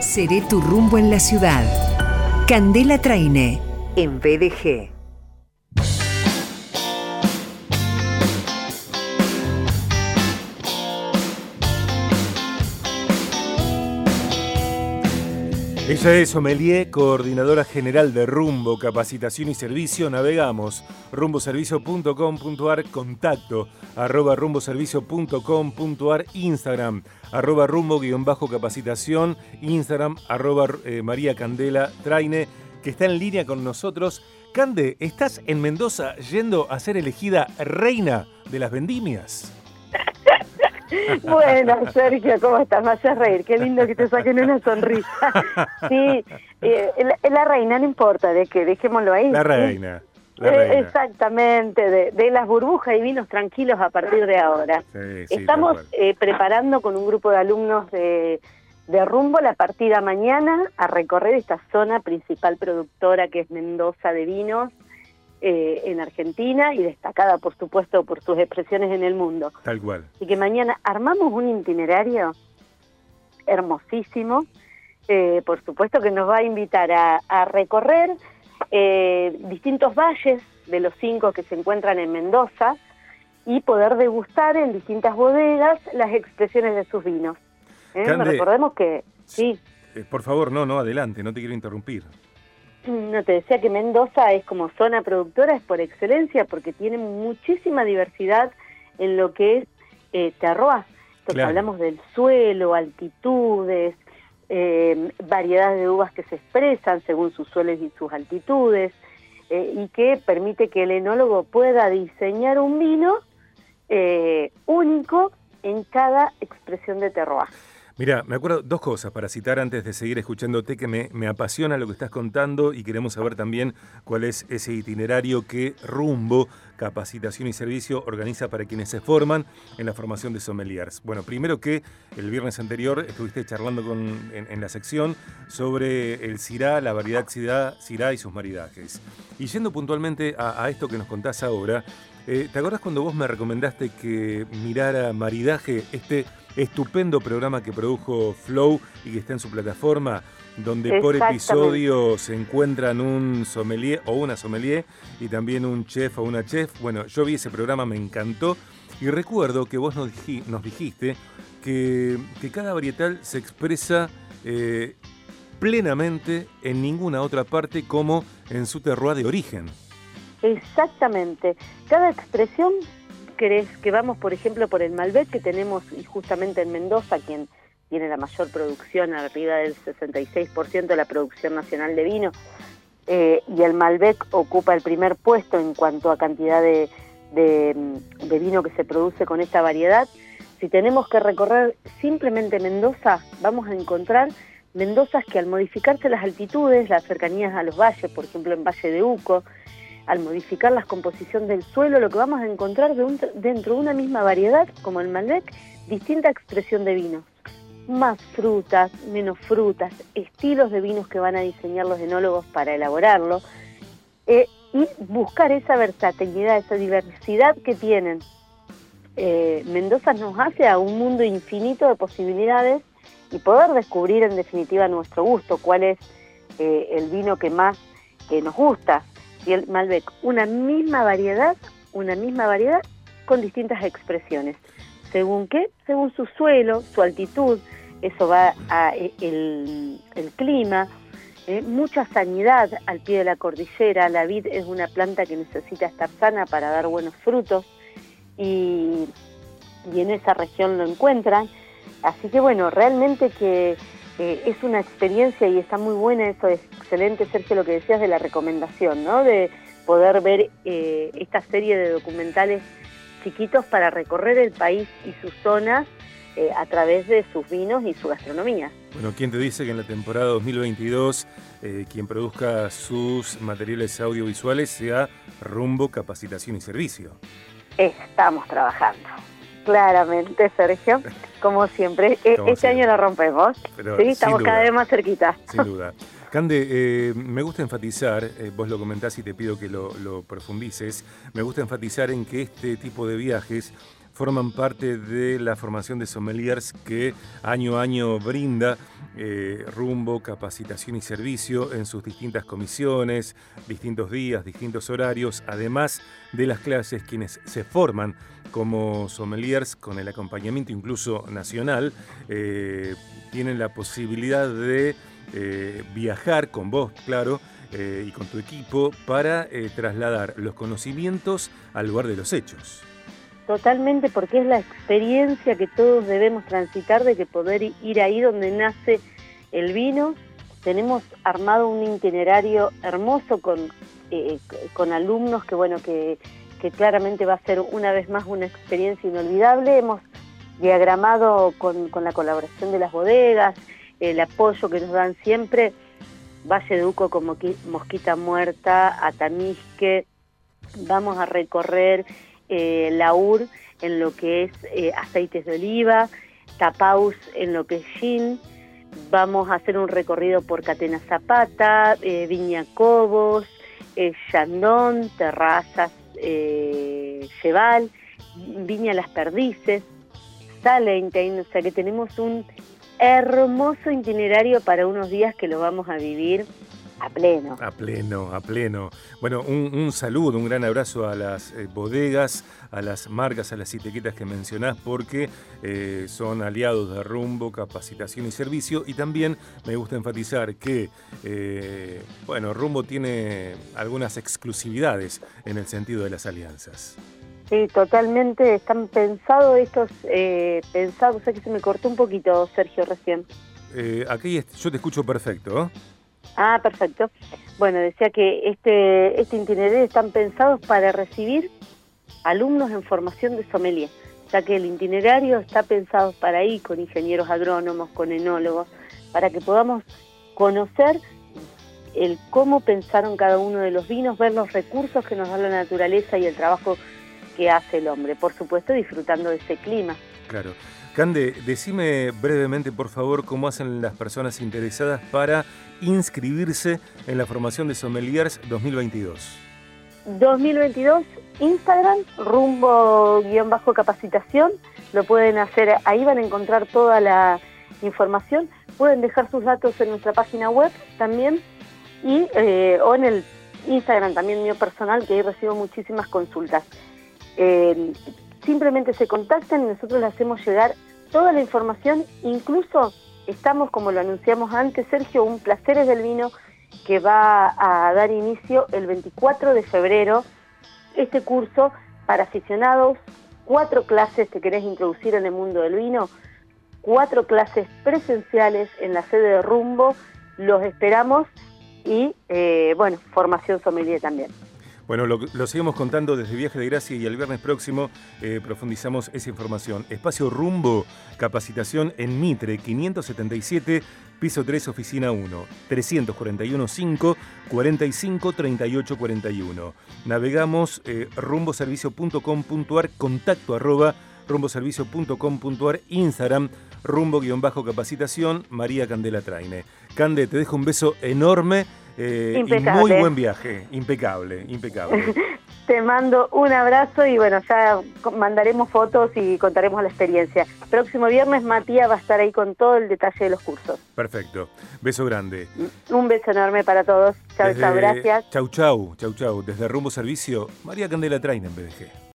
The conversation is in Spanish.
Seré tu rumbo en la ciudad. Candela Traine, en BDG. Ella es sommelier, coordinadora general de Rumbo, Capacitación y Servicio. Navegamos rumboservicio.com.ar, contacto @rumboservicio.com.ar, Instagram @rumbo_capacitación, Instagram María Candela Traine, que está en línea con nosotros. Cande, estás en Mendoza yendo a ser elegida reina de las vendimias. Bueno, Sergio, ¿cómo estás? Me haces reír. Qué lindo que te saquen una sonrisa. Sí, la reina, no importa, de que dejémoslo ahí. La reina. La reina. Exactamente, de las burbujas y vinos tranquilos a partir de ahora. Sí, Estamos preparando con un grupo de alumnos de Rumbo la partida mañana a recorrer esta zona principal productora que es Mendoza de vinos en Argentina y destacada, por supuesto, por sus expresiones en el mundo. Tal cual. Y que mañana armamos un itinerario hermosísimo, por supuesto que nos va a invitar a recorrer distintos valles de los 5 que se encuentran en Mendoza y poder degustar en distintas bodegas las expresiones de sus vinos. Cande, recordemos que... Sí. Por favor, no, adelante, no te quiero interrumpir. No, te decía que Mendoza es como zona productora, es por excelencia, porque tiene muchísima diversidad en lo que es terroir. Entonces Claro. hablamos del suelo, altitudes, variedades de uvas que se expresan según sus suelos y sus altitudes, y que permite que el enólogo pueda diseñar un vino único en cada expresión de terroir. Mira, me acuerdo dos cosas para citar antes de seguir escuchándote, que me apasiona lo que estás contando y queremos saber también cuál es ese itinerario que Rumbo, Capacitación y Servicio organiza para quienes se forman en la formación de sommeliers. Bueno, primero que el viernes anterior estuviste charlando en la sección sobre el Syrah, la variedad Syrah y sus maridajes. Y yendo puntualmente a esto que nos contás ahora, ¿te acordás cuando vos me recomendaste que mirara Maridaje, este estupendo programa que produjo Flow y que está en su plataforma, donde por episodio se encuentran un sommelier o una sommelier y también un chef o una chef? Bueno, yo vi ese programa, me encantó, y recuerdo que vos nos dijiste que cada varietal se expresa plenamente en ninguna otra parte como en su terroir de origen. Exactamente. Cada expresión, que vamos, por ejemplo, por el Malbec que tenemos, y justamente en Mendoza, quien tiene la mayor producción, arriba del 66% de la producción nacional de vino, y el Malbec ocupa el primer puesto en cuanto a cantidad de vino que se produce con esta variedad. Si tenemos que recorrer simplemente Mendoza, vamos a encontrar Mendozas que, al modificarse las altitudes, las cercanías a los valles, por ejemplo en Valle de Uco, al modificar la composición del suelo, lo que vamos a encontrar dentro de una misma variedad, como el Malbec, distinta expresión de vinos. Más frutas, menos frutas, estilos de vinos que van a diseñar los enólogos para elaborarlo, y buscar esa versatilidad, esa diversidad que tienen. Mendoza nos hace a un mundo infinito de posibilidades y poder descubrir en definitiva nuestro gusto, cuál es el vino que más nos gusta. Y el Malbec, una misma variedad con distintas expresiones. ¿Según qué? Según su suelo, su altitud, eso va a el clima, mucha sanidad al pie de la cordillera. La vid es una planta que necesita estar sana para dar buenos frutos, y en esa región lo encuentran. Así que bueno, realmente que es una experiencia y está muy buena. Eso es excelente, Sergio, lo que decías de la recomendación, ¿no? De poder ver esta serie de documentales chiquitos para recorrer el país y sus zonas a través de sus vinos y su gastronomía. Bueno, ¿quién te dice que en la temporada 2022 quien produzca sus materiales audiovisuales sea Rumbo, Capacitación y Servicio? Estamos trabajando. Claramente, Sergio, como siempre. Este año lo rompemos. Pero sí, estamos cada vez más cerquita. Sin duda. Cande, me gusta enfatizar, vos lo comentás y te pido que lo profundices, me gusta enfatizar en que este tipo de viajes forman parte de la formación de sommeliers que año a año brinda Rumbo, Capacitación y Servicio en sus distintas comisiones, distintos días, distintos horarios, además de las clases. Quienes se forman como sommeliers con el acompañamiento incluso nacional tienen la posibilidad de viajar con vos, claro, y con tu equipo para trasladar los conocimientos al lugar de los hechos. Totalmente, porque es la experiencia que todos debemos transitar, de que poder ir ahí donde nace el vino. Tenemos armado un itinerario hermoso con alumnos que claramente va a ser una vez más una experiencia inolvidable. Hemos diagramado con la colaboración de las bodegas, el apoyo que nos dan siempre, Valle de Uco como Mosquita Muerta, Atamisque. Vamos a recorrer Laur en lo que es aceites de oliva, Tapaus en lo que es gin. Vamos a hacer un recorrido por Catena Zapata, Viña Cobos, Chandon, Terrazas, Cheval, Viña Las Perdices, Salentine. O sea que tenemos un hermoso itinerario para unos días que lo vamos a vivir a pleno. A pleno, a pleno. Bueno, un saludo, un gran abrazo a las bodegas, a las marcas, a las etiquetas que mencionás, porque son aliados de Rumbo, Capacitación y Servicio. Y también me gusta enfatizar que, Rumbo tiene algunas exclusividades en el sentido de las alianzas. Sí, totalmente. Están pensados estos, o sea que se me cortó un poquito, Sergio, recién. Aquí yo te escucho perfecto, ¿eh? Ah, perfecto. Bueno, decía que este itinerario están pensados para recibir alumnos en formación de sommelier, ya que el itinerario está pensado para ir con ingenieros agrónomos, con enólogos, para que podamos conocer el cómo pensaron cada uno de los vinos, ver los recursos que nos da la naturaleza y el trabajo que hace el hombre, por supuesto disfrutando de ese clima. Claro. Cande, decime brevemente, por favor, cómo hacen las personas interesadas para inscribirse en la formación de sommeliers 2022. 2022, Instagram, Rumbo-capacitación, lo pueden hacer, ahí van a encontrar toda la información, pueden dejar sus datos en nuestra página web también, y o en el Instagram también mío personal, que ahí recibo muchísimas consultas. Simplemente se contactan y nosotros les hacemos llegar toda la información. Incluso estamos, como lo anunciamos antes, Sergio, un Placeres del Vino que va a dar inicio el 24 de febrero. Este curso para aficionados, 4 clases te querés introducir en el mundo del vino, 4 clases presenciales en la sede de Rumbo, los esperamos, y formación sommelier también. Bueno, lo seguimos contando desde Viaje de Gracia, y el viernes próximo profundizamos esa información. Espacio Rumbo, capacitación en Mitre, 577, piso 3, oficina 1, 341-5, 45-38-41. Navegamos rumboservicio.com.ar, contacto @rumboservicio.com.ar, Instagram, rumbo-capacitación, María Candela Traine. Cande, te dejo un beso enorme. Y muy buen viaje, impecable. Te mando un abrazo y ya mandaremos fotos y contaremos la experiencia. Próximo viernes Matías va a estar ahí con todo el detalle de los cursos. Perfecto, beso grande. Un beso enorme para todos. Chau, gracias. Chau. Desde Rumbo Servicio, María Candela Traine en BDG.